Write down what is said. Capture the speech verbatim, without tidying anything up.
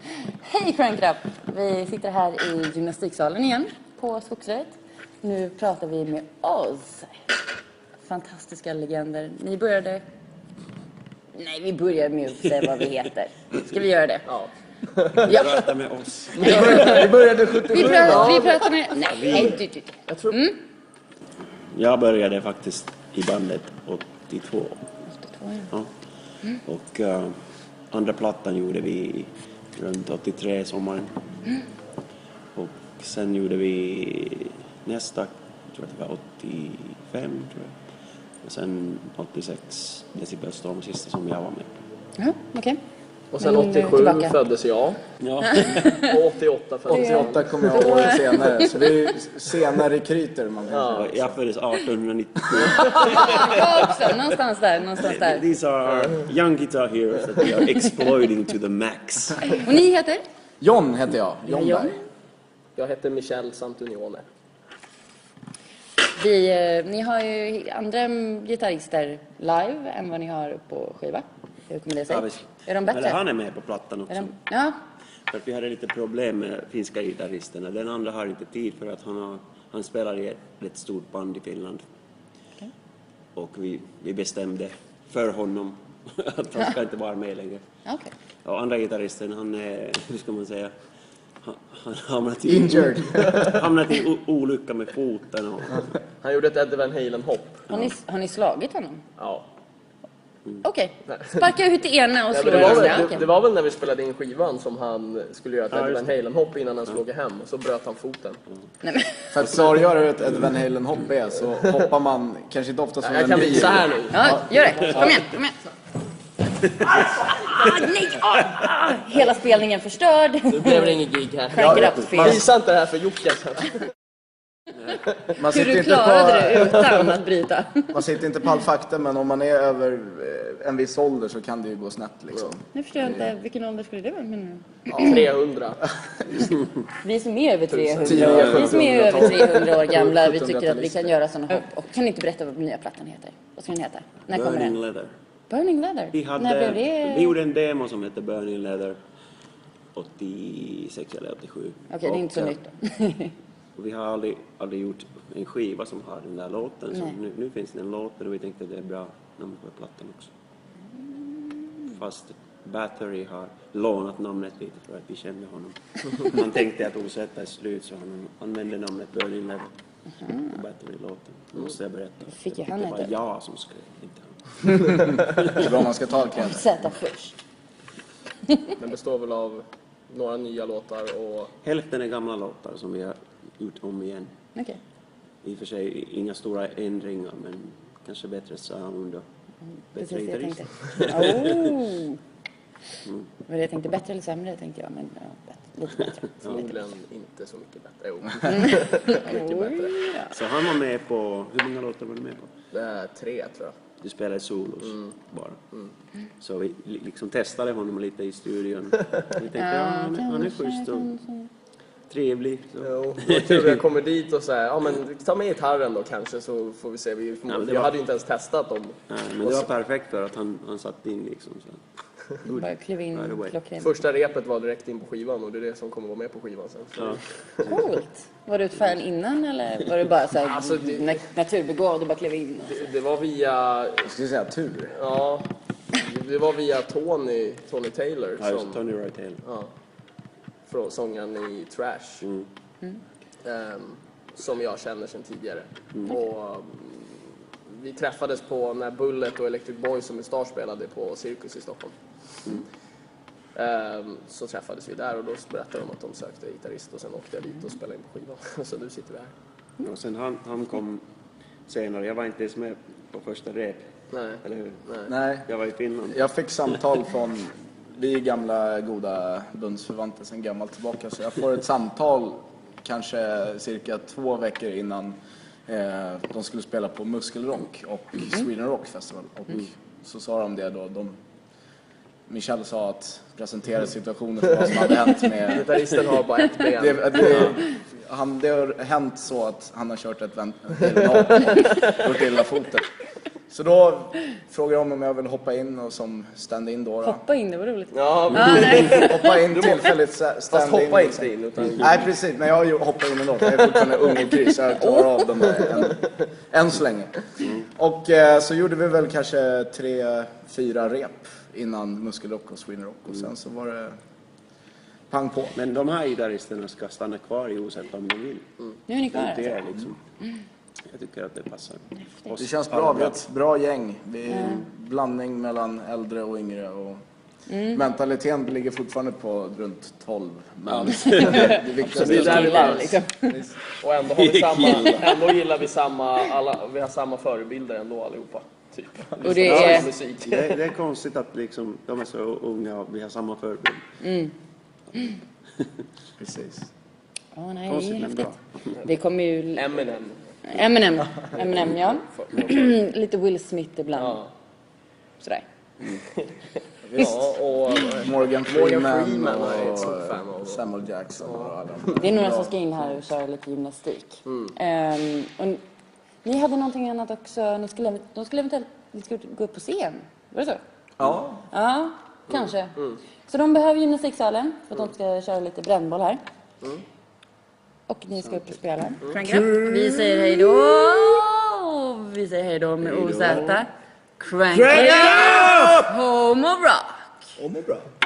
Hej Crank Up! Vi sitter här i gymnastiksalen igen på Skogsröjet. Nu pratar vi med Oz. Fantastiska legender. Ni började... Nej, vi börjar med att säga vad vi heter. Ska vi göra det? Ja. Ja. Prata med oss. Vi började sjuttiosju. Vi, pratar, vi pratar med... Nej, du, du. Jag tror... Mm. Jag började faktiskt i bandet åttiotvå. Ja. Mm. Och uh, andra plattan gjorde vi runt åttiotre sommaren. Mm. Och sen gjorde vi nästa, tror jag det var åttiofem tror jag. Och sen åttiosex Decibelstorm, sista som jag var med. Ja, okej. Okay. Och sen Men, åttiosju tillbaka. föddes jag. Ja. Och åttioåtta föddes jag. åttioåtta kommer jag ihåg senare. Så vi är senare kryter man kan Ja. Jag föddes arton nittiosju. Jag också, någonstans där, någonstans där. These are young guitar heroes that we are exploiting to the max. Och ni heter? John heter jag, John John. Berg. Jag heter Michel Santunione. Vi, eh, ni har ju andra gitarrister live än vad ni har på skiva. Hur kommer det sig? Ja, visst. Är de bättre? Eller han är med på plattan också. Är de... Ja. För att vi hade lite problem med finska gitarristerna. Den andra har inte tid för att han, har, han spelar i ett, ett stort band i Finland. Okay. Och vi, vi bestämde för honom att han ska inte vara med längre. Okay. Och andra gitarristen, han är, hur ska man säga, han, han hamnat i, Injured. hamnat i o, olycka med foten. Och, Han gjorde ett Eddie Van Halen-hopp. Har ni, har ni slagit honom? Ja. Okej. Okay. Sparka ut det ena och Ja, slå det, var det väl, andra. det, det var väl när vi spelade in skivan som han skulle göra ett Ja, Eddie just Van Halen-hopp innan han slog hem. Och så bröt han foten. Nej, men... För att klargöra hur ett Ed Van Halen hopp är så hoppar man kanske inte ofta som Jag en kan bil. visa här nu. Ja, gör det. Kom igen, kom igen. Ah, nej! Ah, ah. Hela spelningen förstörd. Nu blev det ingen gig här. Crank it Ja, up, Phil. Visa inte det här för Jocke. Man Hur sitter, du inte klarade på, det utan att bryta. man sitter inte på all fakta, men om man är över eh, en viss ålder så kan det ju gå snett liksom. Nu förstår jag inte, vilken ålder skulle det vara? Men... trehundra. Vi som är över trehundra tio, år, vi som är över trehundra år gamla, vi tycker att vi sjuttonhundratalister. kan göra sådana hopp. Och kan ni inte berätta vad den nya plattan heter? Vad ska den heta? När kommer Burning den? Leather. Burning Leather? Vi, hade, När blev det? vi gjorde en demo som hette Burning Leather åttiosex eller åttiosju. Okej, det är inte så Och, nytt då. Och vi har aldrig, aldrig gjort en skiva som har den där låten. Så Nej. nu, nu finns det en låt och vi tänkte att det är bra namn på plattan också. Fast Battery har lånat namnet lite för att vi kände honom. Han tänkte att Osetta är slut så han använde namnet Burning Leather på Battery-låten. Nu måste jag berätta. Fick ju Jag han tyckte det ett- var jag som skrev, inte han. Det är bra om man ska ta kredit. Sätta först. Den består väl av några nya låtar och Hälften är gamla låtar som vi har gjort om igen. Okej. I och för sig inga stora ändringar men kanske bättre sound och bättre Precis det jag gitarrist. tänkte. Oh. Vad jag tänkte, bättre eller sämre tänkte jag, men ja, bättre, lite bättre. förmodligen inte så mycket bättre. Jo, Mycket bättre. Så han var med på, hur många låtar var du med på? det är tre tror jag. Du spelade solos bara. Så vi li- liksom testade honom lite i studion. Vi tänkte, ja, han, är- han är schysst och trevlig. Så. Jo, jag tror jag kommer dit och säger, ja men ta med gitarren då kanske så får vi se. Vi, Ja, men det jag var- hade ju inte ens testat dem. Nej, men det var perfekt för att han, han satt in liksom. Så. Bara klev in, By the way. klockrent. Första repet var direkt in på skivan och det är det som kommer vara med på skivan sen. Så. Ja. Coolt. Var du ett fan innan eller var du bara så här Alltså, det- na- naturbegåvad och bara klev in? Det, det var via, Jag skulle säga tur. ja, det var via Tony, Tony Taylor Ja, just som, Tony Rytail. ja, från sångaren i Trash. Mm. Ehm, som jag känner sedan tidigare. Och um, vi träffades på när Bullet och Electric Boys som i Star spelade på Cirkus i Stockholm. Ehm, så träffades vi där och då berättade de att de sökte gitarrist och sen åkte jag dit och spelade in på skivan. Så nu sitter vi här. Och sen han, han kom senare. Jag var inte ens med på första rep. Nej. Eller hur? Nej, Jag var i Finland. jag fick samtal från, vi är gamla goda bundsförvanter sedan gammalt tillbaka, så jag får ett samtal kanske cirka två veckor innan eh, de skulle spela på Muskelrock och Sweden Rock Festival. Och så sa de det då, de, Michel sa att presentera situationen för vad som hade hänt med... Gitarristen har bara ett ben. Det, det, han, det har hänt så att han har kört ett ventilnator och gjort illa foten. Så då frågar de om jag vill hoppa in och som stand-in då. då. Hoppa in, det var roligt. Ja, Ah, nej. Hoppa in tillfälligt sta- fast stand-in. hoppa liksom. inte in. Utan... Nej precis, men jag har ju hoppat in ändå. Jag är fortfarande ung och kry så jag klarar av dem där än, än så länge. Och eh, så gjorde vi väl kanske tre, fyra rep innan Muskelrock och Sweden Rock. Och sen så var det pang på. Men de här gitarristerna ska stanna kvar i Oset om de vill. Nu är ni kvar Det alltså. är liksom. Jag tycker att det passar. oss Det känns alla bra, vi är ett bra gäng. Vi är en blandning mellan äldre och yngre. Och mentaliteten ligger fortfarande på runt tolv. Men det är viktigt det är där vi Killar, möts. liksom. Och ändå, har vi samma, ändå gillar vi samma, alla, vi har samma förebilder ändå allihopa. Typ. Och det Ja, är... musik. Det är, det är konstigt att liksom, de är så unga och vi har samma förebild. Precis. Åh nej, Konstigt, det är men häftigt. bra. Det kommer ju... Eminem. Eminem. Eminem, ja. Lite Will Smith ibland. Ja. Sådär. Ja, och Morgan Freeman, Freeman är jag ett stort och fan av. Samuel Jackson och alla. Det är några som ska in här och köra lite gymnastik. Ehm, och ni hade någonting annat också. Ni skulle, de skulle eventuellt ni skulle gå upp på scen. Var det så? Ja, Ja, kanske. Så de behöver gymnastiksalen för att de ska köra lite brännboll här. Och ni ska upp och spela. Crank it up. Vi säger hej då. Vi säger hej då med O Z. Crank it up! Home of rock. och bra.